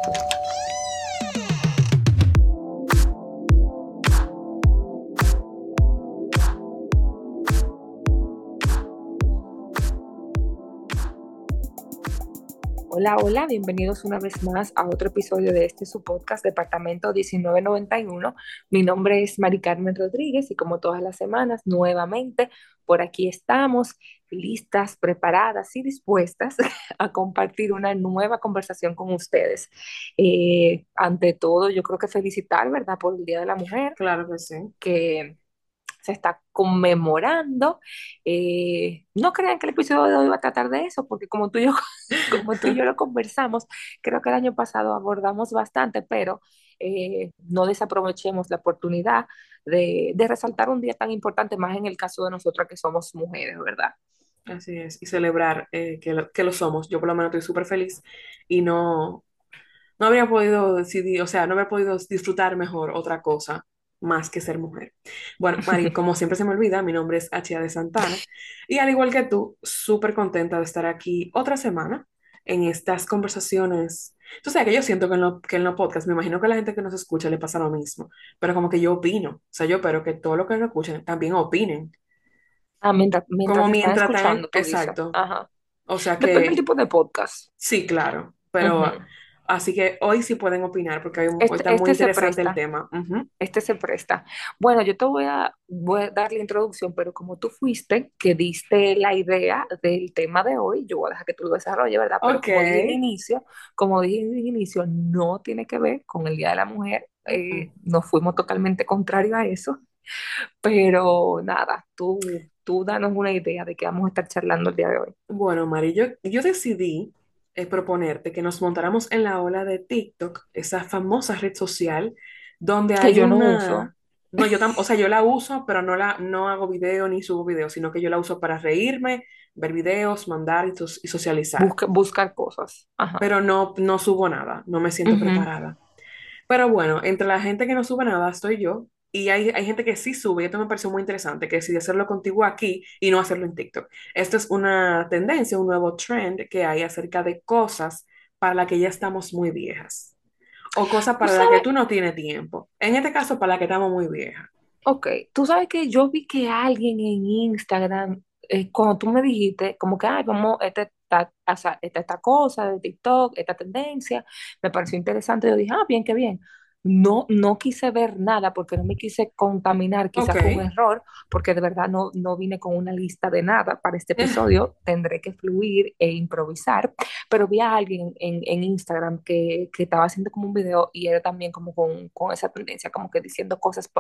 Hola, hola, bienvenidos una vez más a otro episodio de este su podcast Departamento 1991. Mi nombre es Mari Carmen Rodríguez y como todas las semanas, nuevamente por aquí estamos listas, preparadas y dispuestas a compartir una nueva conversación con ustedes. Ante todo, yo creo que felicitar, ¿verdad?, por el Día de la Mujer, Claro que sí. que se está conmemorando. No crean que el episodio de hoy va a tratar de eso, porque como tú y yo, como tú y yo lo conversamos, creo que el año pasado abordamos bastante, pero no desaprovechemos la oportunidad de resaltar un día tan importante, más en el caso de nosotras que somos mujeres, ¿verdad? Así es. Y celebrar que lo somos. Yo por lo menos estoy súper feliz y no habría podido decidir, o sea, no habría podido disfrutar mejor otra cosa más que ser mujer. Bueno, Mari, como siempre se me olvida, mi nombre es Achia de Santana y al igual que tú, súper contenta de estar aquí otra semana en estas conversaciones. Tú sabes que yo siento que en los podcasts, me imagino que a la gente que nos escucha le pasa lo mismo, pero como que yo opino. O sea, yo espero que todos los que nos escuchen también opinen. Ah, mientras Como están mientras están, escuchando, tú dices. exacto. Ajá. O sea Depende del que tipo de podcast. sí, claro. Pero Ujú. así que hoy sí pueden opinar porque hoy está muy Este se interesante el presta. tema. Ujú. Este se presta. Bueno, yo te voy a dar la introducción, pero como tú fuiste, que diste la idea del tema de hoy, yo voy a dejar que tú lo desarrolles, ¿verdad? Pero Ok. como dije de inicio, no tiene que ver con el Día de la Mujer. Mm-mm. Nos fuimos totalmente contrario a eso, pero nada, tú danos una idea de qué vamos a estar charlando el día de hoy. Bueno, Mari, yo decidí proponerte que nos montáramos en la ola de TikTok, esa famosa red social, donde Que hay yo no uso. una... No, o sea, yo la uso, pero no hago video ni subo video, sino que yo la uso para reírme, ver videos, mandar y socializar. Buscar cosas. Ajá. Pero no subo nada, no me siento Ujú. preparada. Pero bueno, entre la gente que no sube nada estoy yo y hay gente que sí sube y esto me pareció muy interesante, que decidí hacerlo contigo aquí y no hacerlo en TikTok. Esto es una tendencia, un nuevo trend que hay acerca de cosas para las que ya estamos muy viejas o cosas Tú para las que sabes, tú no tienes tiempo. En este caso, para las que estamos muy viejas. ok, tú sabes que yo vi que alguien en Instagram, cuando tú me dijiste, como que, ay, vamos, o sea, esta cosa de TikTok, esta tendencia, me pareció interesante. Yo dije, ah, bien, qué bien. No, no quise ver nada porque no me quise contaminar, Ok. quizás fue un error, porque de verdad no vine con una lista de nada para este episodio, tendré que fluir e improvisar, pero vi a alguien en Instagram que estaba haciendo como un video y era también como con esa tendencia, como que diciendo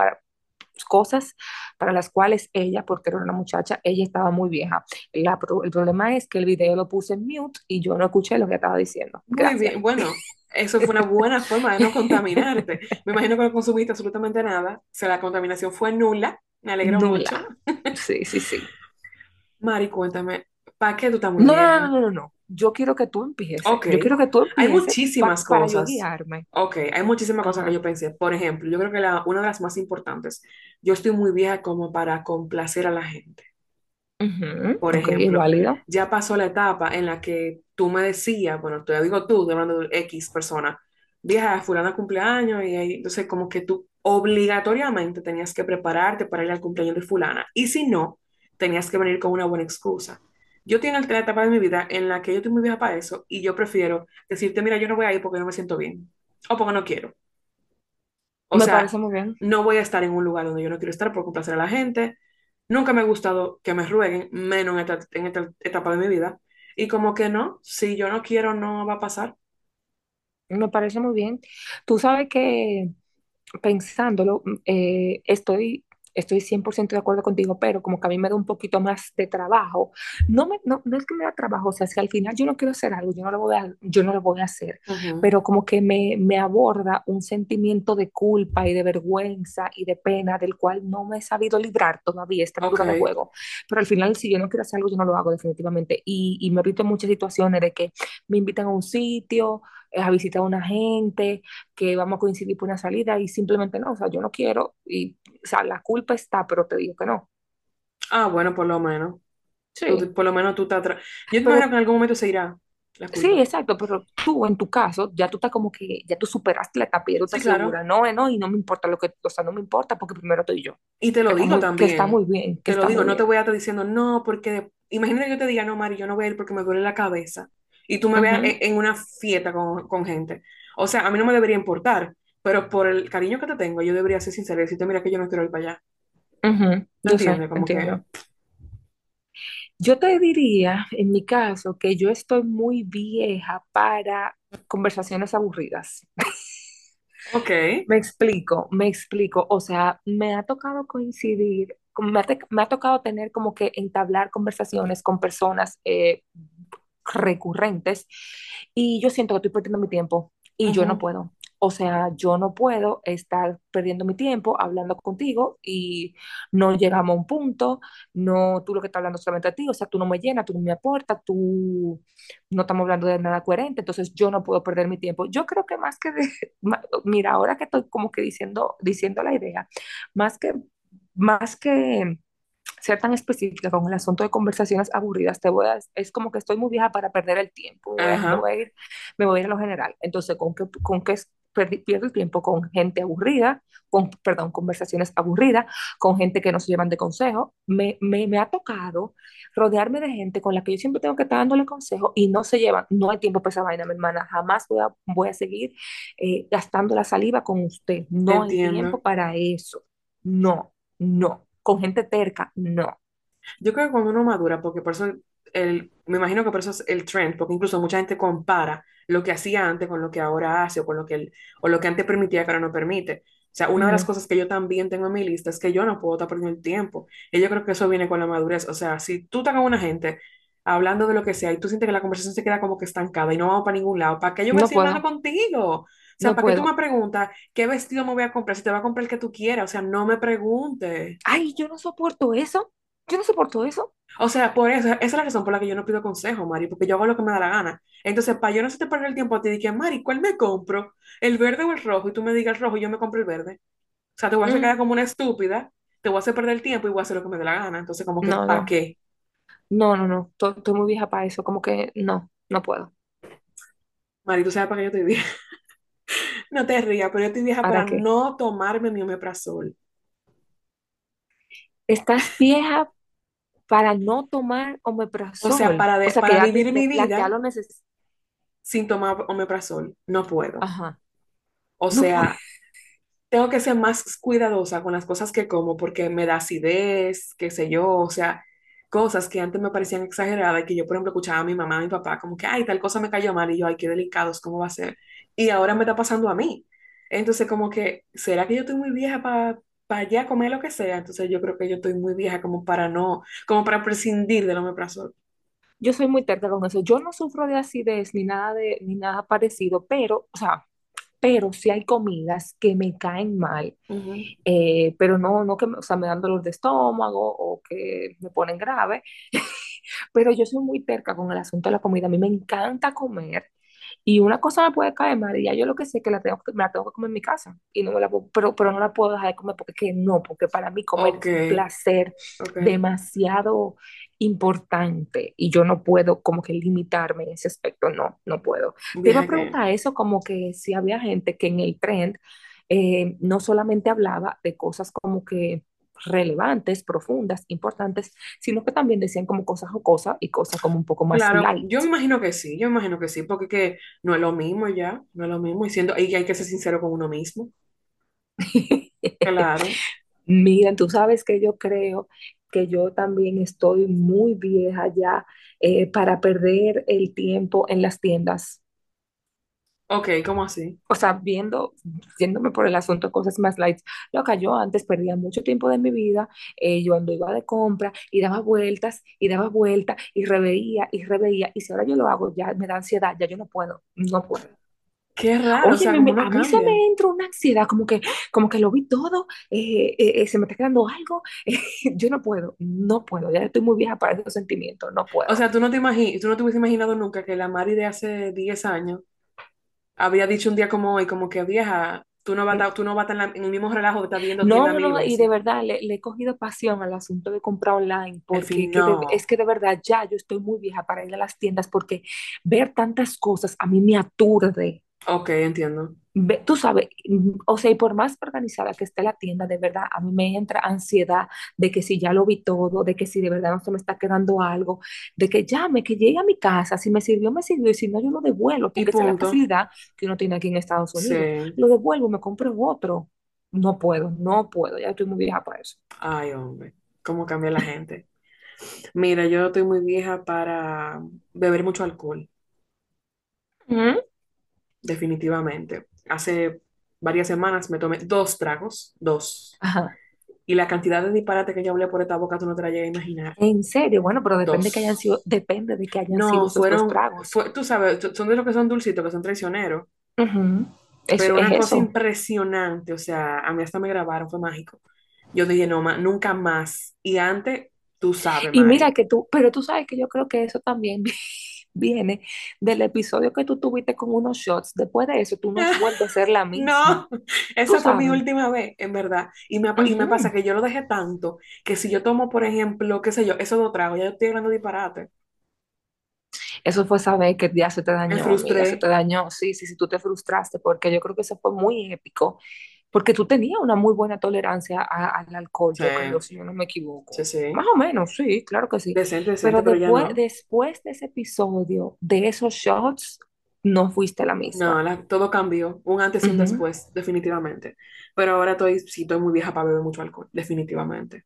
cosas para las cuales ella, porque era una muchacha, ella estaba muy vieja. El problema es que el video lo puse en mute y yo no escuché lo que estaba diciendo. Muy Gracias. bien. Bueno, eso fue una buena forma de no contaminarte. Me imagino que no consumiste absolutamente nada. O sea, la contaminación fue nula. Me alegro mucho. Nula. Sí, sí, sí. Mari, cuéntame, ¿para qué tú estás muy No, no, no, vieja? no, no, no. Yo quiero que tú empieces. Ok, Yo quiero que tú hay empieces muchísimas para yo cosas. guiarme. Ok, hay muchísimas cosas que yo Ajá. pensé. Por ejemplo, yo creo que una de las más importantes, yo estoy muy vieja como para complacer a la gente. Ujú. Por Ok, es ejemplo, válido. ya pasó la etapa en la que tú me decías, bueno, te digo tú, estoy hablando de X persona, vieja, fulana cumpleaños, y entonces como que tú obligatoriamente tenías que prepararte para ir al cumpleaños de fulana, y si no, tenías que venir con una buena excusa. Yo tengo la etapa de mi vida en la que yo estoy muy vieja para eso, y yo prefiero decirte, mira, yo no voy a ir porque no me siento bien, o porque no quiero. O Me sea, parece muy bien. no voy a estar en un lugar donde yo no quiero estar por complacer a la gente. Nunca me ha gustado que me rueguen, menos en esta etapa de mi vida. Y como que no, si yo no quiero, no va a pasar. Me parece muy bien. Tú sabes que pensándolo, estoy 100% de acuerdo contigo, pero como que a mí me da un poquito más de trabajo. No es que me da trabajo, o sea, si al final yo no quiero hacer algo, yo no lo voy a hacer, Ujú. pero como que me aborda un sentimiento de culpa y de vergüenza y de pena del cual no me he sabido librar todavía esta Ok, altura de juego. Pero al final, si yo no quiero hacer algo, yo no lo hago definitivamente. Y me he visto en muchas situaciones de que me invitan a un sitio, a visitar a una gente que vamos a coincidir por una salida y simplemente no, o sea, yo no quiero y, o sea, la culpa está, pero te digo que no. ah, bueno, por lo menos. Sí, Por lo menos tú estás atrás. Yo te imagino pero que en algún momento se irá. la Sí, culpa. exacto, pero tú en tu caso, ya tú estás como que, ya tú superaste la etapa y ya tú Sí, estás claro. segura, no, no, y no me importa lo que, o sea, no me importa porque primero estoy yo, Y te lo digo que está también. muy bien, que Te lo está digo, muy no te bien. voy a estar diciendo no, porque imagínate que yo te diga, no, Mari, yo no voy a ir porque me duele la cabeza. Y tú me veas Ujú, en una fiesta con gente. O sea, a mí no me debería importar, pero por el cariño que te tengo, yo debería ser sincera y decirte, mira, que yo no quiero ir para allá. ujú, ¿Te yo sé, entiendes? Como que, entiendo. Yo te diría, en mi caso, que yo estoy muy vieja para conversaciones aburridas. ok, Me explico. O sea, me ha tocado coincidir, me ha tocado tener como que entablar conversaciones con personas recurrentes y yo siento que estoy perdiendo mi tiempo y yo no ujú, puedo. O sea, yo no puedo estar perdiendo mi tiempo hablando contigo y no llegamos a un punto, no tú lo que estás hablando solamente a ti, o sea, tú no me llenas, tú no me aportas, tú no estamos hablando de nada coherente, entonces yo no puedo perder mi tiempo. Yo creo que más que mira, ahora que estoy como que diciendo la idea, más que, más que ser tan específica con el asunto de conversaciones aburridas, es como que estoy muy vieja para perder el tiempo, ajá. me voy a ir a lo general. Entonces, ¿con qué pierdo el tiempo? Con gente aburrida, perdón, conversaciones aburridas, con gente que no se llevan de consejo. Me ha tocado rodearme de gente con la que yo siempre tengo que estar dándole consejo y no se llevan, no hay tiempo para esa vaina, mi hermana, jamás voy a seguir gastando la saliva con usted, no hay Entiendo. tiempo para eso, no, no, con gente terca, no. Yo creo que cuando uno madura, porque por eso me imagino que por eso es el trend, porque incluso mucha gente compara lo que hacía antes con lo que ahora hace o con o lo que antes permitía que ahora no permite. O sea, una de las Ujú. cosas que yo también tengo en mi lista es que yo no puedo estar perdiendo el tiempo. Y yo creo que eso viene con la madurez. O sea, si tú estás con una gente hablando de lo que sea y tú sientes que la conversación se queda como que estancada y no vamos para ningún lado, ¿para qué yo voy a No seguir hablando puedo, contigo? O sea, no ¿para qué tú me puedo. preguntas qué vestido me voy a comprar si te va a comprar el que tú quieras? O sea, no me preguntes. Ay, yo no soporto eso. Yo no soporto eso. O sea, por eso, esa es la razón por la que yo no pido consejo, Mari, porque yo hago lo que me da la gana. Entonces, para yo no se te perder el tiempo a ti, dije, Mari, ¿cuál me compro? ¿El verde o el rojo? Y tú me digas el rojo y yo me compro el verde. O sea, te voy a hacer Mm, quedar como una estúpida, te voy a hacer perder el tiempo y voy a hacer lo que me dé la gana. Entonces, como que, no, ¿para no, qué? no, no, no. Estoy muy vieja para eso. Como que no, no puedo. Mari, tú sabes para qué yo estoy vieja. No te rías, pero yo estoy vieja para ¿Para qué? no tomarme mi omeprazol. Estás vieja para no tomar O sea, omeprazol. O sea, que para ya vivir mi la que ya vida lo necesitas. sin tomar omeprazol, no puedo. Ajá. O No puedo. sea, tengo que ser más cuidadosa con las cosas que como porque me da acidez, qué sé yo, o sea, cosas que antes me parecían exageradas y que yo, por ejemplo, escuchaba a mi mamá, a mi papá, como que, ay, tal cosa me cayó mal y yo, ay, qué delicados, ¿cómo va a ser? Y ahora me está pasando a mí. Entonces, como que, ¿será que yo estoy muy vieja para ya comer lo que sea? Entonces, yo creo que yo estoy muy vieja como para no, como para prescindir del omeprazol. Yo soy muy terca con eso. Yo no sufro de acidez ni nada parecido, pero, o sea, pero sí hay comidas que me caen mal, Ujú. pero no que, o sea, me dan dolor de estómago o que me ponen grave, pero yo soy muy terca con el asunto de la comida. A mí me encanta comer y una cosa me puede caer mal y ya yo lo que sé es que me la tengo que comer en mi casa y no me la pero no la puedo dejar de comer porque que no, porque para mí comer Ok, es un placer ok, demasiado importante y yo no puedo como que limitarme en ese aspecto, no, no puedo. Te iba a vieja que... preguntar eso como que si había gente que en el trend no solamente hablaba de cosas como que relevantes, profundas, importantes, sino que también decían como cosas jocosas y cosas como un poco más Claro, light. yo me imagino que sí, yo me imagino que sí, porque que no es lo mismo ya, no es lo mismo, y hay que ser sincero con uno mismo. Claro. Miren, tú sabes que yo creo que yo también estoy muy vieja ya para perder el tiempo en las tiendas. Ok, ¿cómo así? O sea, yéndome por el asunto de cosas más light. Loca, yo antes perdía mucho tiempo de mi vida, yo cuando iba de compra y daba vueltas y reveía. Y si ahora yo lo hago, ya me da ansiedad, ya yo no puedo, no puedo. Qué raro, o Oye, sea, como uno a mí se cambia. me entra una ansiedad, como que lo vi todo, se me está quedando algo, yo no puedo, no puedo, ya estoy muy vieja para esos sentimientos, no O puedo. sea, tú no te hubieses imaginado nunca que la Mari de hace 10 años habría dicho un día como hoy, como que vieja, Tú no vas a estar en el mismo relajo que estás viendo No, tienda no, mil no, y de veces. verdad le he cogido pasión al asunto de comprar online En fin, porque es no. que de verdad ya yo estoy muy vieja para ir a las tiendas porque ver tantas cosas a mí me aturde. Ok, entiendo. Tú sabes, o sea, y por más organizada que esté la tienda, de verdad, a mí me entra ansiedad de que si ya lo vi todo, de que si de verdad no se me está quedando algo, de que llame, que llegue a mi casa, si me sirvió, y si no, yo lo devuelvo, Y porque esa es la punto. facilidad que uno tiene aquí en Estados Unidos. Sí. Lo devuelvo, me compro otro. No puedo, no puedo, ya estoy muy vieja para eso. Ay, hombre. ¿Cómo cambia la gente? Mira, yo estoy muy vieja para beber mucho alcohol, Ujú. definitivamente. Hace varias semanas me tomé 2 tragos, dos. Ajá. Y la cantidad de disparate que yo hablé por esta boca, tú no te la llegas a imaginar. En serio, bueno, pero Dos. depende de que hayan sido No, esos dos tragos. tú sabes, son de los que son dulcitos, que son traicioneros. Ujú. Eso Pero es una cosa eso. impresionante, o sea, a mí hasta me grabaron, fue mágico. Yo dije, no, nunca más. Y antes, tú sabes, Y mira Mari. que pero tú sabes que yo creo que eso también viene del episodio que tú tuviste con unos shots. Después de eso, tú no has vuelto a ser la misma. No, Tú esa fue mi sabes. última vez, en verdad. Y me pasa Ujú. que yo lo dejé tanto que si yo tomo, por ejemplo, qué sé yo, esos 2 tragos, ya yo estoy hablando disparate. Eso fue saber que ya se te Me dañó, amiga, se frustré. te dañó. Sí, sí, sí, tú te frustraste porque yo creo que eso fue muy épico, porque tú tenías una muy buena tolerancia al alcohol, Sí, yo creo, si yo no me sí, equivoco. Más sí. o menos, sí, claro que sí. Decente, decente, Pero pero ya no. después de ese episodio, de esos shots, no fuiste la No, misma. todo cambió, un antes y un Ujú. después, definitivamente. Pero ahora sí, estoy muy vieja para beber mucho alcohol, definitivamente.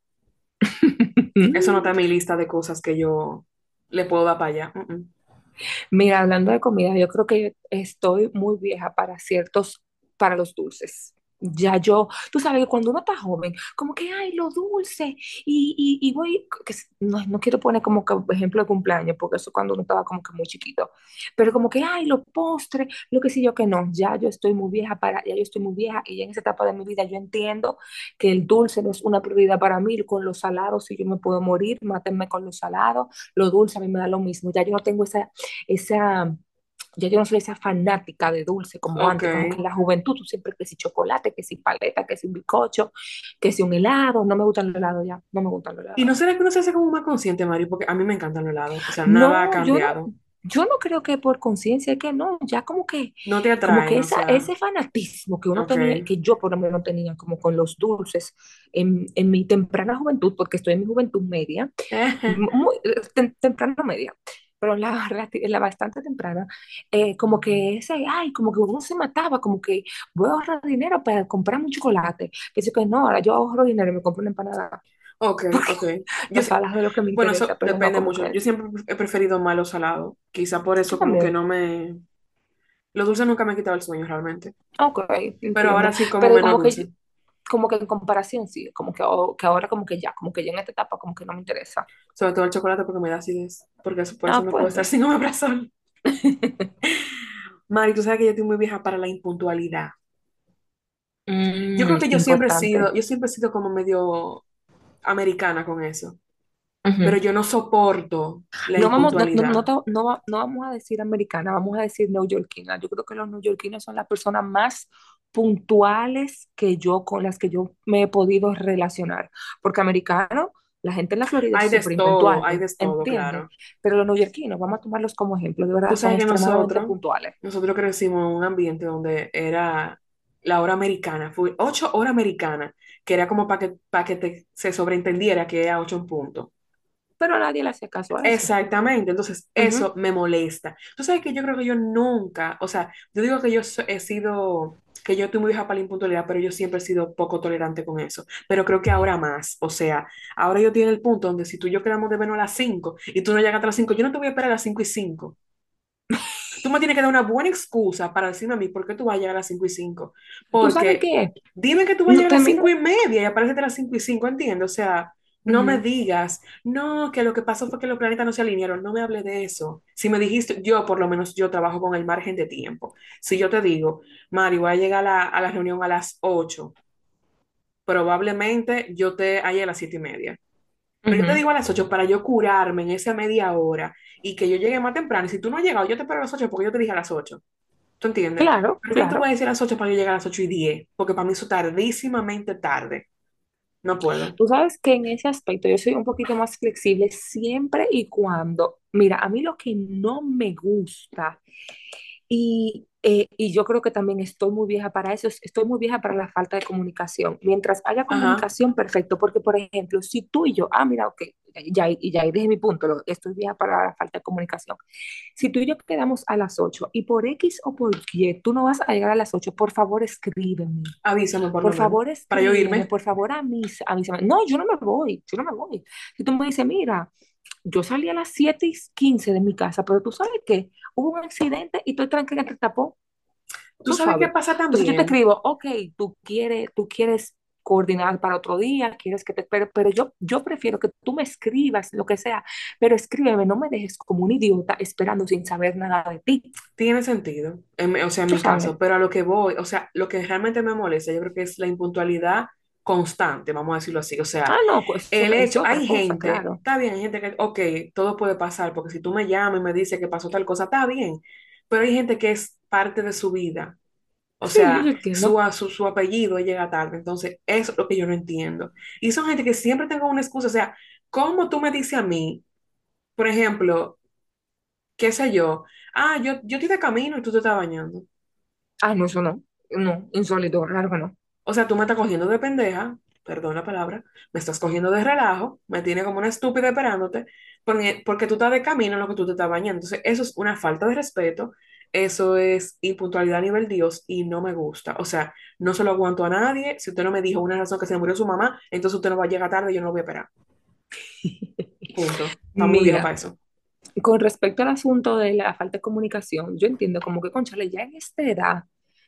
Eso no está en mi lista de cosas que yo le puedo dar para allá. Mira, hablando de comida, yo creo que estoy muy vieja para los dulces. Ya yo, tú sabes que cuando uno está joven, como que, ay, lo dulce, y voy, no, no quiero poner como que ejemplo de cumpleaños, porque eso cuando uno estaba como que muy chiquito, pero como que, ay, los postres, lo que sí yo que no, ya yo estoy muy vieja, y ya en esa etapa de mi vida yo entiendo que el dulce no es una prioridad para mí, con los salados, si yo me puedo morir, mátenme con los salados, lo dulce a mí me da lo mismo, ya yo no tengo esa, ya yo no soy esa fanática de dulce como Ok. antes, como que en la juventud tú siempre que si chocolate, que si paleta, que si un bizcocho, que si un helado, no me gustan los helados ya, no me gustan los ¿Y no helados. será que uno se hace como más consciente, Mari? Porque a mí me encantan los helados. O sea, nada ha No, cambiado. yo no creo que por conciencia, es que no, ya No te como que atraen, o sea, ese fanatismo que uno ok. tenía, que yo por lo menos tenía como con los dulces en mi temprana juventud, porque estoy en mi juventud media, muy, temprana media, pero en la bastante temprana, como que ay, como que uno se mataba, como que voy a ahorrar dinero para comprar un chocolate. Que sí que no, ahora yo ahorro dinero y me compro una empanada, Ok, ok. Yo, los sé- salados de lo que me bueno, interesa, eso pero no depende como mucho. que, Yo siempre he preferido más los salados. Quizá por yo eso como que también. no me... Los dulces nunca me han quitado el sueño realmente. Ok, Pero ahora entiendo. sí como Pero menos dulce. como que en comparación, sí, como que, que ahora como que ya en esta etapa como que no me interesa. Sobre todo el chocolate porque me da acidez. Por eso Ah, no puedo pues. estar sin omeprazol. Mari, tú sabes que yo estoy muy vieja para la impuntualidad. Yo creo que Importante. yo siempre he sido como medio americana con eso, pero Ujú. yo no soporto la No vamos, impuntualidad. no vamos a decir americana, vamos a decir neoyorquina. Yo creo que los neoyorquinos son las personas más puntuales con las que yo me he podido relacionar. Porque americano, la gente en la Florida es súper impuntual, Hay de todo, ¿entiendes? claro. Pero los neoyorquinos, vamos a tomarlos como ejemplo, de Tú verdad, son sabes que extremadamente puntuales. nosotros crecimos en un ambiente donde era la hora americana, fue 8 horas americanas, que era como para que se sobreentendiera que era 8 en punto. Pero nadie le hacía caso a eso. Exactamente, entonces Ujú. eso me molesta. Tú sabes que yo creo que yo nunca, o sea, yo digo que he sido, que yo estoy muy vieja para la impuntualidad, pero yo siempre he sido poco tolerante con eso. Pero creo que ahora más, o sea, ahora yo tiene el punto donde si tú y yo quedamos de vernos a las 5 y tú no llegas a las 5 yo no te voy a esperar a las 5:05. Tú me tienes que dar una buena excusa para decirme a mí por qué tú vas a llegar a las 5:05. ¿Tú sabes Porque qué? dime que tú vas a No, llegar a las termina. 5:30 y aparece a las 5:05, ¿entiendes? O sea, no me Ujú, digas, no, que lo que pasó fue que los planetas no se alinearon. No me hable de eso. Si me dijiste, yo por lo menos yo trabajo con el margen de tiempo. Si yo te digo, Mari, voy a llegar a la reunión a las 8, probablemente yo te haya a las 7:30. Pero yo te ujú. digo a las 8 para yo curarme en esa media hora y que yo llegue más temprano. Y si tú no has llegado, yo te espero a las 8 porque yo te dije a las 8. ¿Tú entiendes? Claro, ¿Pero qué tú vas claro. a decir a las 8 para yo llegar a las 8:10? Porque para mí eso tardísimamente tarde. No puedo. Tú sabes que en ese aspecto yo soy un poquito más flexible siempre y cuando, mira, a mí lo que no me gusta y yo creo que también estoy muy vieja para eso, estoy muy vieja para la falta de comunicación. Mientras haya Ajá. comunicación, perfecto, porque por ejemplo, si tú y yo, mira, ok, ya ahí dije mi punto, estoy vieja para la falta de comunicación. Si tú y yo quedamos a las 8 y por X o por Y tú no vas a llegar a las 8, por favor escríbeme. Avísame por lo Por menos. favor, Para yo escríbeme, irme. por favor, avísame. No, yo no me voy, yo no me voy. Si tú me dices, mira, yo salí a las 7:15 de mi casa, pero tú sabes qué, hubo un accidente y estoy tranquila que tapó, ¿Tú tú sabes qué sabes. pasa Entonces yo te también? escribo, ok, tú quieres coordinar para otro día, quieres que te espere, pero yo prefiero que tú me escribas lo que sea, pero escríbeme, no me dejes como un idiota esperando sin saber nada de ti, Tiene sentido, o sea, en tú mi sabes. caso, pero a lo que voy, o sea, lo que realmente me molesta, yo creo que es la impuntualidad constante, vamos a decirlo así. O sea, No, pues eso el es hecho, otra hay cosa, gente, claro. está bien, hay gente que, ok, todo puede pasar, porque si tú me llamas y me dices que pasó tal cosa, está bien, pero hay gente que es parte de su vida, o Sí, yo te sea, entiendo. su apellido llega tarde, entonces eso es lo que yo no entiendo. Y son gente que siempre tengo una excusa, o sea, ¿cómo tú me dices a mí, por ejemplo, qué sé yo, yo estoy de camino y tú te estás bañando? No, eso no. No, insólito, claro que no. O sea, tú me estás cogiendo de pendeja, perdón la palabra, me estás cogiendo de relajo, me tiene como una estúpida esperándote, porque tú estás de camino en lo que tú te estás bañando. Entonces, eso es una falta de respeto, eso es impuntualidad a nivel Dios y no me gusta. O sea, no se lo aguanto a nadie. Si usted no me dijo una razón que se murió su mamá, entonces usted no va a llegar tarde, yo no lo voy a esperar. Punto. Está muy viejo Mira, para eso. con respecto al asunto de la falta de comunicación, yo entiendo como que, conchale, ya en esta edad,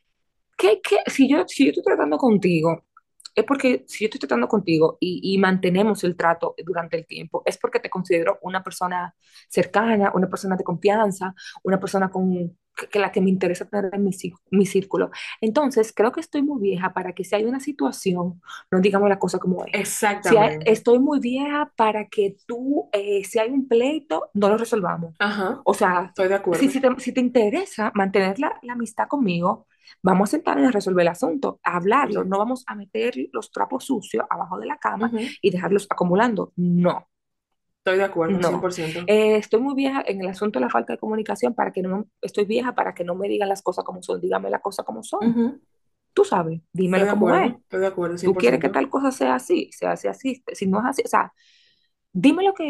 si yo estoy tratando contigo, es porque si yo estoy tratando contigo y mantenemos el trato durante el tiempo, es porque te considero una persona cercana, una persona de confianza, una persona que la que me interesa tener en mi círculo. Entonces, creo que estoy muy vieja para que si hay una situación, no digamos la cosa como es. Exactamente. Estoy muy vieja para que si hay un pleito, no lo resolvamos. Ajá, O sea, estoy de si, acuerdo. si te, si te interesa mantener la amistad conmigo, vamos a sentarnos a resolver el asunto, a hablarlo. Sí. No vamos a meter los trapos sucios abajo de la cama Ujú. y dejarlos acumulando. No, Estoy de acuerdo, cien no. por ciento. Estoy muy vieja en el asunto de la falta de comunicación para que no, estoy vieja para que no me digan las cosas como son. Dígame las cosas como son. Ujú. Tú sabes, dímelo como es. Estoy de acuerdo, cien Tú por quieres que ciento. tal cosa sea así, se hace así. Si no es así, o sea, dime lo que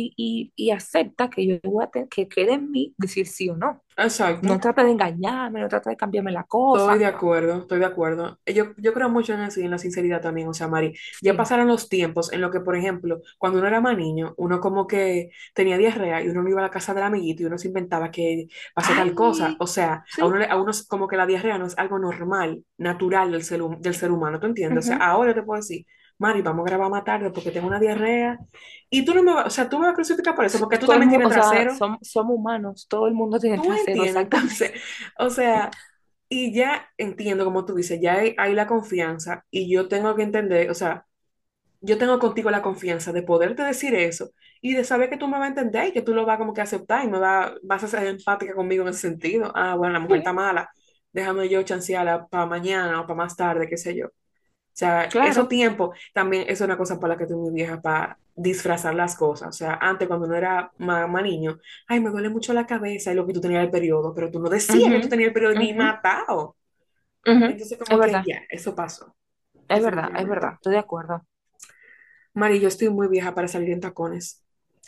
y acepta que yo voy que quede en mí decir sí o no. No Exacto. trata de engañarme, no trata de cambiarme la Estoy cosa, de no. acuerdo, estoy de acuerdo. Yo creo mucho en eso y en la sinceridad también, o sea, Mari, ya Sí. pasaron los tiempos en lo que, por ejemplo, cuando uno era más niño, uno como que tenía diarrea y uno no iba a la casa del amiguito y uno se inventaba que pasó tal cosa. Ay, O sea, sí. a uno como que la diarrea no es algo normal, natural del ser humano, ¿tú entiendes? O sea, Ujú. ahora te puedo decir, Mari, vamos a grabar más tarde porque tengo una diarrea y tú no me vas, o sea, tú me vas a crucificar por eso, porque tú Todo el también mundo, tienes o sea, trasero. somos humanos, todo el mundo tiene ¿Tú trasero, entiendes? Entonces, exactamente. o sea... Y ya entiendo, como tú dices, ya hay la confianza y yo tengo que entender, o sea, yo tengo contigo la confianza de poderte decir eso y de saber que tú me vas a entender y que tú lo vas como que a aceptar y vas a ser empática conmigo en ese sentido. Bueno, la mujer está Sí, mala, déjame yo chancearla para mañana o para más tarde, qué sé yo. O sea, esos claro. tiempos también es una cosa por la que estoy muy vieja, para disfrazar las cosas. O sea, antes cuando no era más niño, ay, me duele mucho la cabeza y lo que tú tenías el periodo, pero tú no decías que tú Ujú, tenías el periodo ni ujú, matado. ujú. Entonces, Es como que verdad, ya, eso pasó, es verdad, definitivamente. estoy de acuerdo. Mari, yo estoy muy vieja para salir en tacones.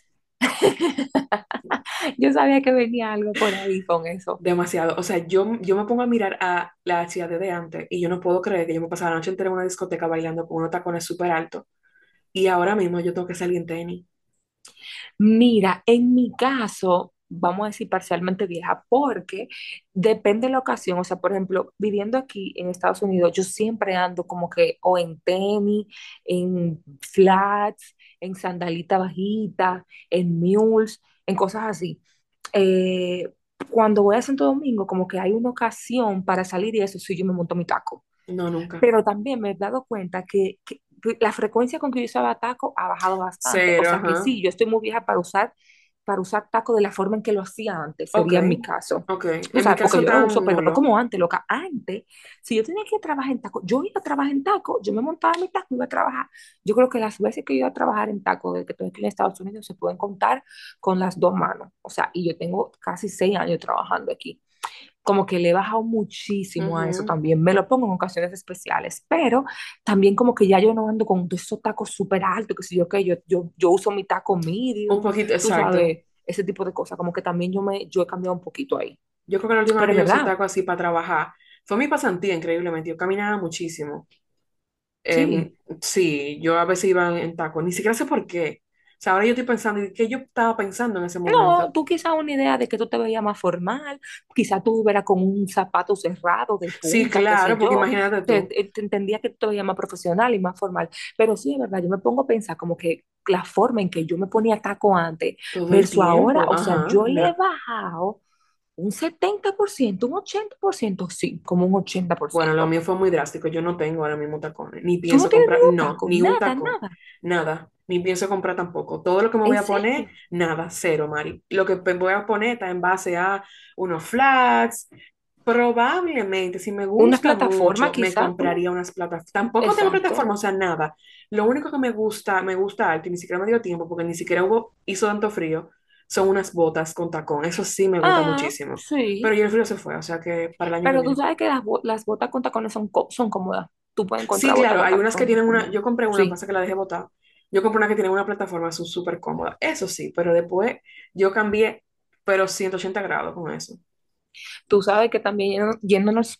Yo sabía que venía algo por ahí con eso. Demasiado. O sea, yo me pongo a mirar a la ciudad de antes y yo no puedo creer que yo me pasaba la noche entera en una discoteca bailando con unos tacones súper altos y ahora mismo yo tengo que salir en tenis. Mira, en mi caso, vamos a decir parcialmente vieja, porque depende de la ocasión. O sea, por ejemplo, viviendo aquí en Estados Unidos, yo siempre ando como que o en tenis, en flats, en sandalita bajita, en mules, en cosas así. Eh, Cuando voy a Santo Domingo, como que hay una ocasión para salir y eso sí, yo me monto mi taco. No, nunca. Pero también me he dado cuenta que la frecuencia con que yo usaba taco ha bajado bastante. O Cero, sea que ajá. sí, yo estoy muy vieja para usar. para usar taco de la forma en que lo hacía antes, Ok, sería en mi caso. ok. Tú En mi sabes, porque caso yo lo tan uso, pero no nulo. como antes, loca. Antes, si yo tenía que trabajar en taco, yo iba a trabajar en taco, yo me montaba en mi taco y iba a trabajar. Yo creo que las veces que yo iba a trabajar en taco, desde que estoy aquí en Estados Unidos, se pueden contar con las dos manos. O sea, y yo tengo casi 6 años trabajando aquí. Como que le he bajado muchísimo a eso Ujú. también. Me lo pongo en ocasiones especiales, pero también como que ya yo no ando con esos tacos súper altos, que si yo que yo uso mi taco Un medium, poquito, tú exacto. sabes, ese tipo de cosas. Como que también yo he cambiado un poquito ahí. Yo creo que la última vez Pero que es yo usé verdad, taco así para trabajar fue mi pasantía, increíblemente. Yo caminaba muchísimo. sí. Sí, yo a veces iba en taco, ni siquiera sé por qué. O sea, ahora yo estoy pensando, ¿y qué yo estaba pensando en ese No, momento? tú quizás una idea de que tú te veías más formal, quizás tú verás con un zapato cerrado de Sí, punta, qué sé claro, porque yo, imagínate tú, te entendía que tú te veías más profesional y más formal, pero sí, es verdad, yo me pongo a pensar como que la forma en que yo me ponía taco antes todo el versus ahora, tiempo, o sea, ajá, yo le he bajado un 70%, un 80%, sí, como un ochenta por bueno, lo ciento. mío fue muy drástico. Yo no tengo ahora mismo tacones, ni Tú no pienso tienes comprar, ningún no, taco, ni un nada, tacón, nada, nada, ni pienso comprar tampoco. Todo lo que me voy en a poner, serio, nada, cero, Mari. Lo que me voy a poner está en base a unos flats. Probablemente, si me una gusta plataforma mucho, me quizás tú, compraría unas plataformas. Tampoco tengo exacto. plataforma, o sea, nada. Lo único que me gusta alto, y ni siquiera me dio tiempo, porque ni siquiera hizo tanto frío, son unas botas con tacón. Eso sí me gusta Ah, muchísimo. Pero sí. ya el frío se fue, o sea que para el año que Pero tú viene. sabes que las botas con tacones son cómodas. Tú puedes Sí, encontrar botas claro, con hay unas que tacones tienen una, cómodas. yo compré una, Sí. pasa que la dejé botar. Yo compré una que tiene una plataforma, son súper cómodas. Eso sí, pero después yo cambié, pero 180 grados con eso. Tú sabes que también yéndonos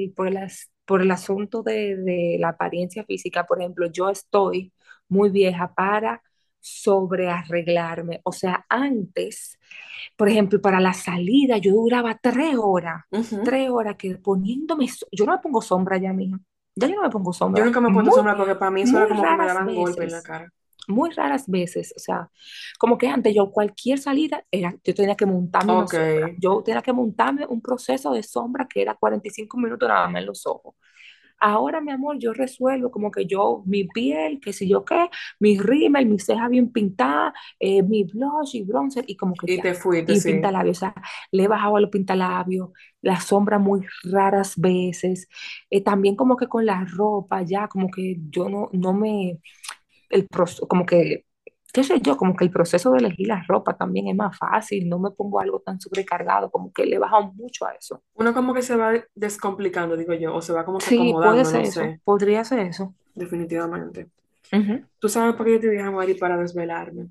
por el asunto de la apariencia física, por ejemplo, yo estoy muy vieja para sobrearreglarme. O sea, antes, por ejemplo, para la salida yo duraba 3 horas, Ujú. 3 horas que poniéndome, yo no me pongo sombra ya, mija. Ya yo no me pongo Yo sombra. nunca me he puesto Muy, sombra porque para mí eso era muy como que me raras daban golpe en la veces. cara. Muy raras veces, o sea, como que antes yo cualquier salida era, yo tenía que montarme una Ok. sombra, yo tenía que montarme un proceso de sombra que era 45 minutos nada más en los ojos. Ahora, mi amor, yo resuelvo como que yo, mi piel, qué sé yo qué, mi rímel, mi ceja bien pintada, mi blush y bronzer y como que Y ya. te fuiste, Y sí. pintalabios, o sea, le he bajado a los pintalabios, la sombra muy raras veces, también como que con la ropa ya, como que yo no me, como que, qué sé yo, como que el proceso de elegir la ropa también es más fácil, no me pongo algo tan sobrecargado, como que le he bajado mucho a eso. Uno como que se va descomplicando, digo yo, o se va como que Sí, puede acomodando, no ser eso, sé, podría ser eso. definitivamente. Ujú. ¿Tú sabes por qué yo te dije, Mari, para desvelarme?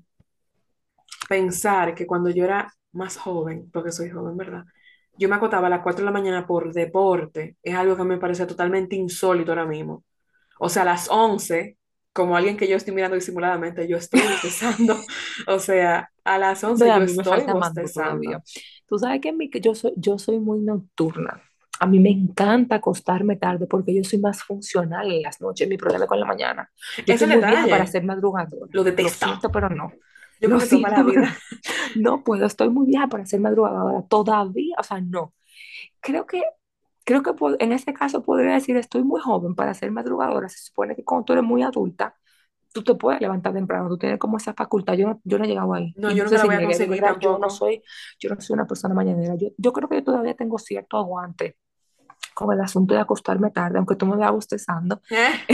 Pensar que cuando yo era más joven, porque soy joven, ¿verdad? Yo me acostaba a las 4 de la mañana por deporte, es algo que me parece totalmente insólito ahora mismo. O sea, a las 11 como alguien que yo estoy mirando disimuladamente, yo estoy bostezando. O sea, a las Ve, 11 a yo mí me estoy falta maduro bostezando. todavía. Tú sabes que, que yo soy muy nocturna. A mí me encanta acostarme tarde porque yo soy más funcional en las noches. Mi problema es con la mañana. Yo Es estoy el muy vieja para detalle. ser madrugadora. Lo Lo detesto. siento, pero no. Yo Lo creo que toda la siento, pero vida. no. No puedo. Estoy muy vieja para ser madrugadora. Todavía, o sea, no. Creo que, creo que en ese caso podría decir, estoy muy joven para ser madrugadora. Se supone que cuando tú eres muy adulta, tú te puedes levantar temprano, tú tienes como esa facultad. Yo no he llegado ahí. No, Y yo no nunca sé la si voy a llegué, de conseguir verdad, tampoco. yo no soy una persona mañanera. Yo creo que yo todavía tengo cierto aguante con el asunto de acostarme tarde, aunque tú me veas bostezando. ¿Eh?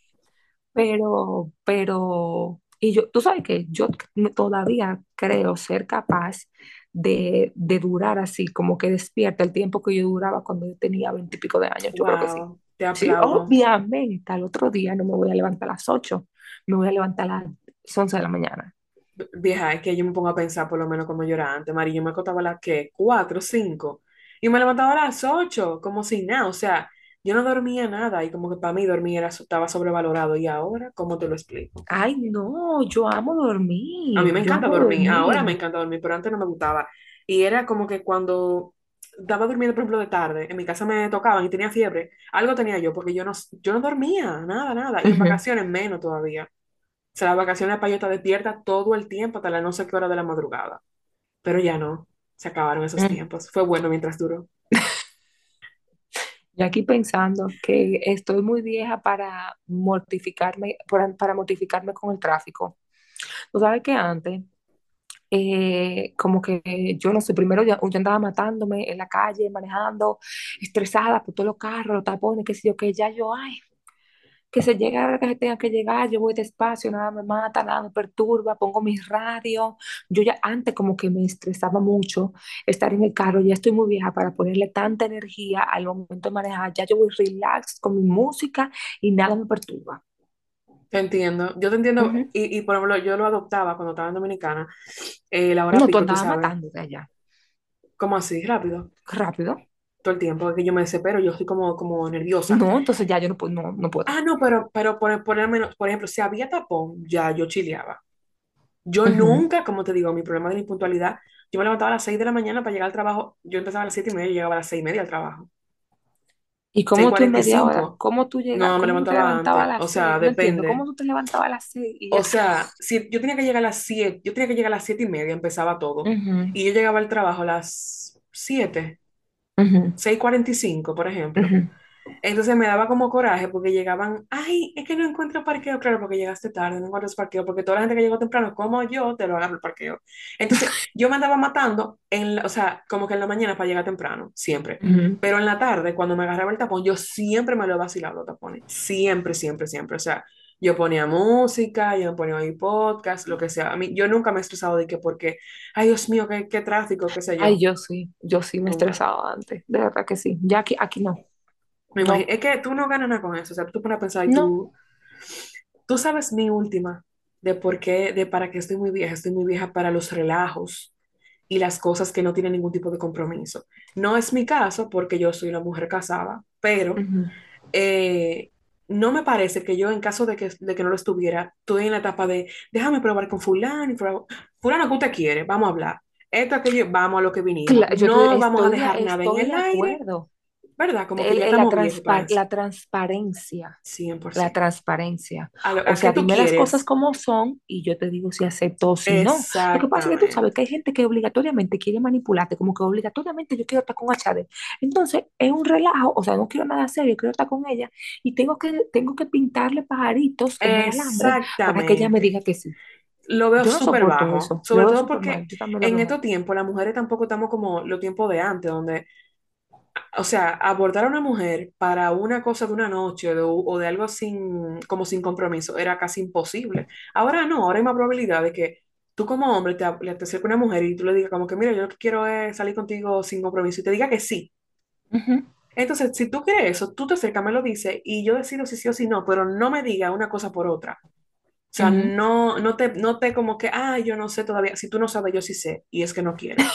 Y tú sabes que yo todavía creo ser capaz de durar así, como que despierta el tiempo que yo duraba cuando yo tenía 20 y pico de años. Yo creo que sí. Wow, te Sí, aplaudo. obviamente, al otro día no me voy a levantar a las 8, me voy a levantar a las 11 de la mañana. Vieja, es que yo me pongo a pensar por lo menos como yo era antes, Mari. Yo me acostaba a las ¿qué? 4, 5. Y me levantaba a las 8, como si nada. O sea, yo no dormía nada y como que para mí dormir estaba sobrevalorado. Y ahora, ¿cómo te lo explico? Ay, no, A mí me yo encanta amo dormir, ahora me dormir. encanta dormir, pero antes no me gustaba. Y era como que cuando estaba durmiendo, por ejemplo, de tarde, en mi casa me tocaban y tenía fiebre, algo tenía yo, porque yo no dormía, nada, nada. Y en Ujú, vacaciones menos todavía. O sea, las vacaciones para yo estar despierta todo el tiempo, hasta la no sé qué hora de la madrugada. Pero ya no, se acabaron esos ujú. tiempos. Fue bueno mientras duró. Y aquí pensando que estoy muy vieja para mortificarme con el tráfico. Tú sabes que antes como que yo no sé, primero yo andaba matándome en la calle, manejando, estresada por todos los carros, los tapones, qué sé yo, que ya yo, ay, que se llegue a la hora que se tenga que llegar, yo voy despacio, nada me mata, nada me perturba, pongo mis radios. Yo ya antes como que me estresaba mucho estar en el carro, ya estoy muy vieja para ponerle tanta energía al momento de manejar, ya yo voy relax con mi música y nada me perturba. Te entiendo, yo te entiendo, Ujú. y por ejemplo, yo lo adoptaba cuando estaba en Dominicana, la hora No, tú pico, tú andabas sabes, matando de allá, ¿cómo así? Rápido, rápido. todo el tiempo, es que yo me desespero, yo estoy como nerviosa. No, entonces ya yo no, no, no puedo. Ah, no, pero por lo menos, por ejemplo, si había tapón, ya yo chileaba. Yo Ujú. nunca, como te digo, mi problema de la impuntualidad, yo me levantaba a las 6 de la mañana para llegar al trabajo, yo empezaba a las 7:30 y llegaba a las 6:30 al trabajo. ¿Y seis cómo tú en cuarenta y media hora, cinco cómo tú llegas, No, me cómo tú te levantaba levantabas a antes, o las sea, 6? No entiendo, ¿cómo depende. tú te levantabas a las 6 y O ya? sea, si yo tenía que llegar a las 7, yo tenía que llegar a las 7:30, empezaba todo. Ujú, Y yo llegaba al trabajo a las 7, ujú, 6:45, por ejemplo. ujú. Entonces me daba como coraje porque llegaban, ay, es que no encuentro parqueo, claro, porque llegaste tarde, no encuentras parqueo, porque toda la gente que llegó temprano, como yo, te lo agarro el parqueo. Entonces yo me andaba matando, o sea, como que en la mañana para llegar temprano, siempre. Ujú. Pero en la tarde, cuando me agarraba el tapón, yo siempre me lo he vacilado los tapones. Siempre, siempre, siempre. O sea, yo ponía música, yo ponía mi podcast, lo que sea. A mí, yo nunca me he estresado de que porque, ay, Dios mío, qué tráfico, qué sé Ay, yo. yo sí me Nunca. estresaba antes, de verdad que sí. Ya aquí no, Me imagino. no, Es que tú no ganas nada con eso. O sea, tú te pones a pensar y no. tú sabes mi última de por qué, de para qué estoy muy vieja. Estoy muy vieja para los relajos y las cosas que no tienen ningún tipo de compromiso. No es mi caso porque yo soy una mujer casada, pero Ujú. eh, no me parece que yo, en caso de que no lo estuviera, estoy en la etapa de déjame probar con fulano, fulano que usted quiere, vamos a hablar. Esto, aquello, vamos a lo que vinimos. No vamos a dejar nada en Estoy el de aire, acuerdo. ¿verdad? Como que ya La estamos viejos para eso. la transparencia, cien por la ciento transparencia. O ¿A qué sea, tú dime las cosas quieres? como son y yo te digo si acepto o si no. Lo que pasa es que tú sabes Exactamente. que hay gente que obligatoriamente quiere manipularte, como que obligatoriamente yo quiero estar con Achade. Entonces, es un relajo, o sea, no quiero nada serio, quiero estar con ella y tengo que pintarle pajaritos en el alambre para que ella me Exactamente. diga que sí. Lo veo Yo no súper soporto bajo, eso, lo sobre veo todo súper porque mal, yo también lo en veo mal. estos tiempos las mujeres tampoco estamos como los tiempos de antes, donde, o sea, abordar a una mujer para una cosa de una noche o de algo como sin compromiso era casi imposible. Ahora no, ahora hay más probabilidad de que tú como hombre te acerques a una mujer y tú le digas como que, mira, yo lo que quiero es salir contigo sin compromiso y te diga que sí. Ujú, Entonces, si tú quieres eso, tú te acercas, me lo dices y yo decido si sí o si no, pero no me diga una cosa por otra. O sea, ujú. no te como que, yo no sé todavía. Si tú no sabes, yo sí sé. Y es que no quiero.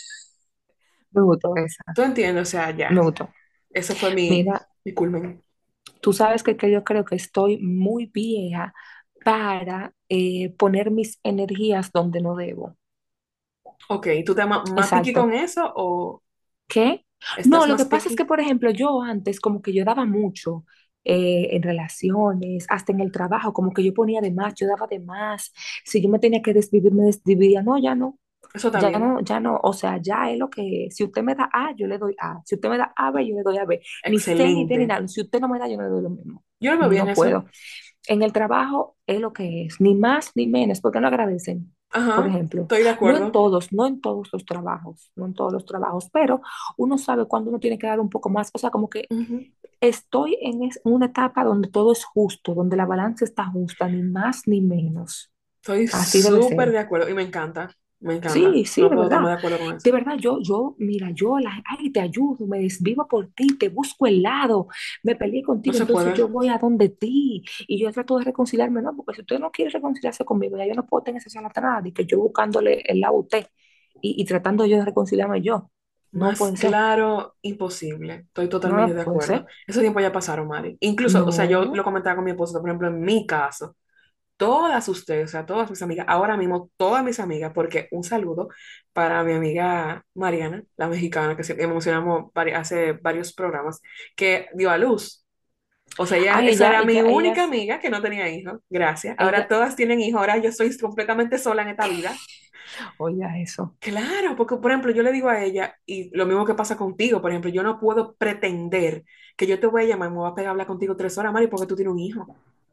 Me gustó esa, ¿Tú entiendes? O sea, ya. me gustó. Ese fue mi, Mira, mi culmen. tú sabes que yo creo que estoy muy vieja para poner mis energías donde no debo. Ok, ¿tú te más piqui Exacto. con eso o ¿Qué? No, estás lo que más pasa es que, piqui? por ejemplo, yo antes como que yo daba mucho en relaciones, hasta en el trabajo, como que yo ponía de más, yo daba de más. Si yo me tenía que desvivir, me desvivía. No, ya no. Eso está Ya bien. no, ya no, o sea, ya es lo que es. Si usted me da A, yo le doy A. Si usted me da A, B, yo le doy A, B. Ni C, ni D, ni Excelente. nada. Si usted no me da, yo no le doy lo mismo. Yo lo veo bien No eso. puedo. En el trabajo es lo que es, ni más ni menos, porque no agradecen. Por Ajá, ejemplo, estoy de acuerdo. no en todos los trabajos, no en todos los trabajos, pero uno sabe cuándo uno tiene que dar un poco más. O sea, como que Ujú. estoy en una etapa donde todo es justo, donde la balanza está justa, ni más ni menos. Estoy Así debe súper ser. de acuerdo y me encanta. Me encanta. Sí, sí, No puedo estar más de acuerdo con de eso. verdad, mira, ay, te ayudo, me desvivo por ti, te busco el lado, me peleé No contigo, se entonces puede. yo voy a donde ti y yo trato de reconciliarme, no, porque si usted no quiere reconciliarse conmigo, ya yo no puedo tener esa charlatanada de que yo buscándole el lado a usted y tratando yo de reconciliarme yo, no Más puede ser, claro, imposible. Estoy totalmente no de puede acuerdo. ser, Esos tiempos ya pasaron, Mari. Incluso, o sea, yo no, lo comentaba con mi esposo, por ejemplo, en mi caso, todas ustedes, o sea, todas mis amigas, ahora mismo todas mis amigas, porque un saludo para mi amiga Mariana, la mexicana, que mencionamos hace varios programas, que dio a luz. O sea, ay, esa era mi única ellas, amiga que no tenía hijos. Gracias. Ahora ella, todas tienen hijos. Ahora yo soy completamente sola en esta vida. oiga eso, Claro, porque por ejemplo, yo le digo a ella, y lo mismo que pasa contigo, por ejemplo, yo no puedo pretender que yo te voy a llamar y me voy a pegar a hablar contigo 3 horas, Mari, porque tú tienes un hijo.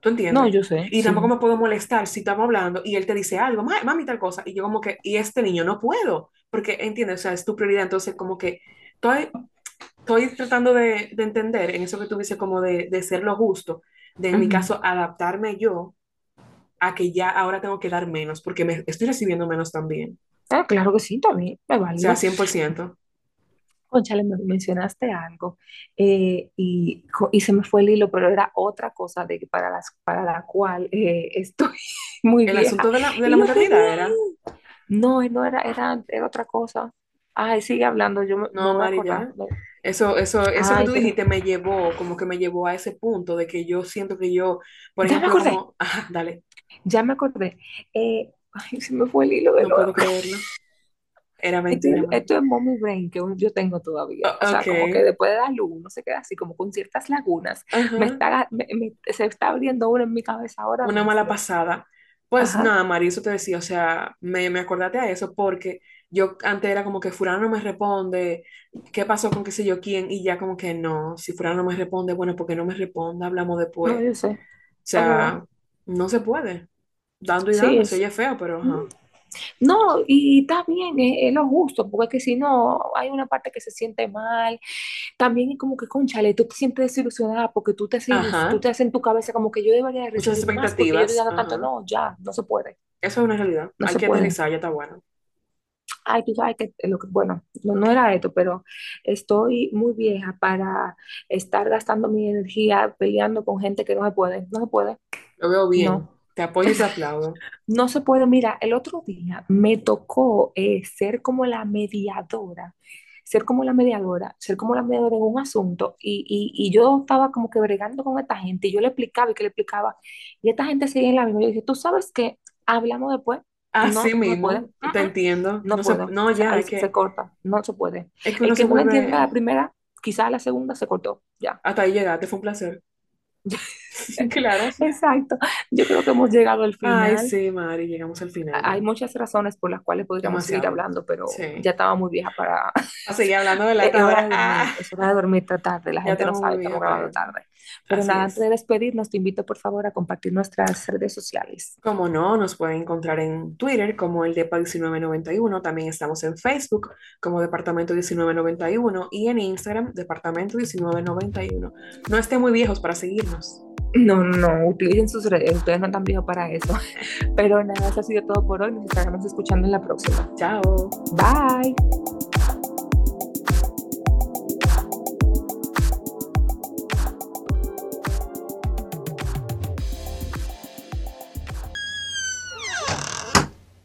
¿Tú No, entiendes? yo sé, Y tampoco sí. me puedo molestar si estamos hablando y él te dice algo, Mami, tal cosa, y yo como que, y este niño no puedo, porque entiendes, o sea, es tu prioridad, entonces como que estoy tratando de entender en eso que tú dices como de ser lo justo, de en mi Ujú. caso adaptarme yo a que ya ahora tengo que dar menos, porque me estoy recibiendo menos también, Ah, claro que sí, también, es o sea, válido. 100%. Conchale, me mencionaste algo y se me fue el hilo, pero era otra cosa para la cual estoy muy El vieja asunto de la y lo tenía maternidad era, ahí. No, no era otra cosa. Ay, sigue hablando, yo me no, voy a Mari, acordar. ya. Eso que Ay, tú pero dijiste me llevó, como que me llevó a ese punto de que yo siento que yo, por ya me ejemplo, acordé, como, ajá, dale, ya me acordé. Ay, se me fue el hilo de no nuevo. puedo creerlo. Era Esto, mentira, Mari. esto es mommy brain que yo tengo todavía. O Ok, sea, como que después de la luz uno se queda así, como con ciertas lagunas. ajá, Se está abriendo uno en mi cabeza ahora una mala mismo. pasada. Pues Ajá. nada, Mari, eso te decía, o sea, me acordaste a eso porque yo antes era como que Furano no me responde, ¿qué pasó con qué sé yo quién? Y ya como que no, si Furano no me responde, bueno, porque no me responde, hablamos No, después. O yo sé. Es verdad. sea, no se puede. Dando y Sí, dando, se es. oye feo, pero ajá. No, y está bien, es lo justo, porque es que si no, hay una parte que se siente mal. También es como que, cónchale, tú te sientes desilusionada porque tú Ajá, te haces en tu cabeza como que yo debería de muchas recibir más porque yo estoy expectativas, dando tanto. ajá. No, ya, no se puede. Eso es una realidad. No Hay se que puede. aterrizar, ya está bueno. Ay, tú sabes que bueno, no era esto, pero estoy muy vieja para estar gastando mi energía peleando con gente que no se puede, no se puede, Lo veo bien. no, Te apoyo y te aplaudo. no se puede. Mira, el otro día me tocó ser como la mediadora en un asunto y yo estaba como que bregando con esta gente y yo le explicaba y que le explicaba y esta gente seguía en la misma. Yo dije, ¿tú sabes qué? Hablamos después. Así No, no se puede. mismo, te entiendo. No puedo. O No, sea, ya, ahí se corta. No se puede. es que El uno se que no me entienda vuelve, la primera, quizás la segunda se cortó. Ya. hasta ahí llegaste, fue un placer. Claro. Exacto. Yo creo que hemos llegado al Ay, final. sí, Mari, llegamos al final Hay ya. muchas razones por las cuales podríamos seguir Demasiado. hablando, pero Sí. ya estaba muy vieja para... A seguir hablando de la Es hora ahora. de dormir, Ah, es hora de dormir esta tarde. La ya gente no estamos muy sabe que estamos viejas para grabando eso. tarde. Pero Así nada, antes es. de despedirnos, te invito por favor a compartir nuestras redes sociales. Como no, nos pueden encontrar en Twitter como el DEPA 1991. También estamos en Facebook como Departamento 1991 y en Instagram Departamento 1991. No estén muy viejos para seguirnos. No, no, no, utilicen sus redes, ustedes no están viejos para eso. Pero nada, eso ha sido todo por hoy. Nos estaremos escuchando en la próxima. Chao. Bye.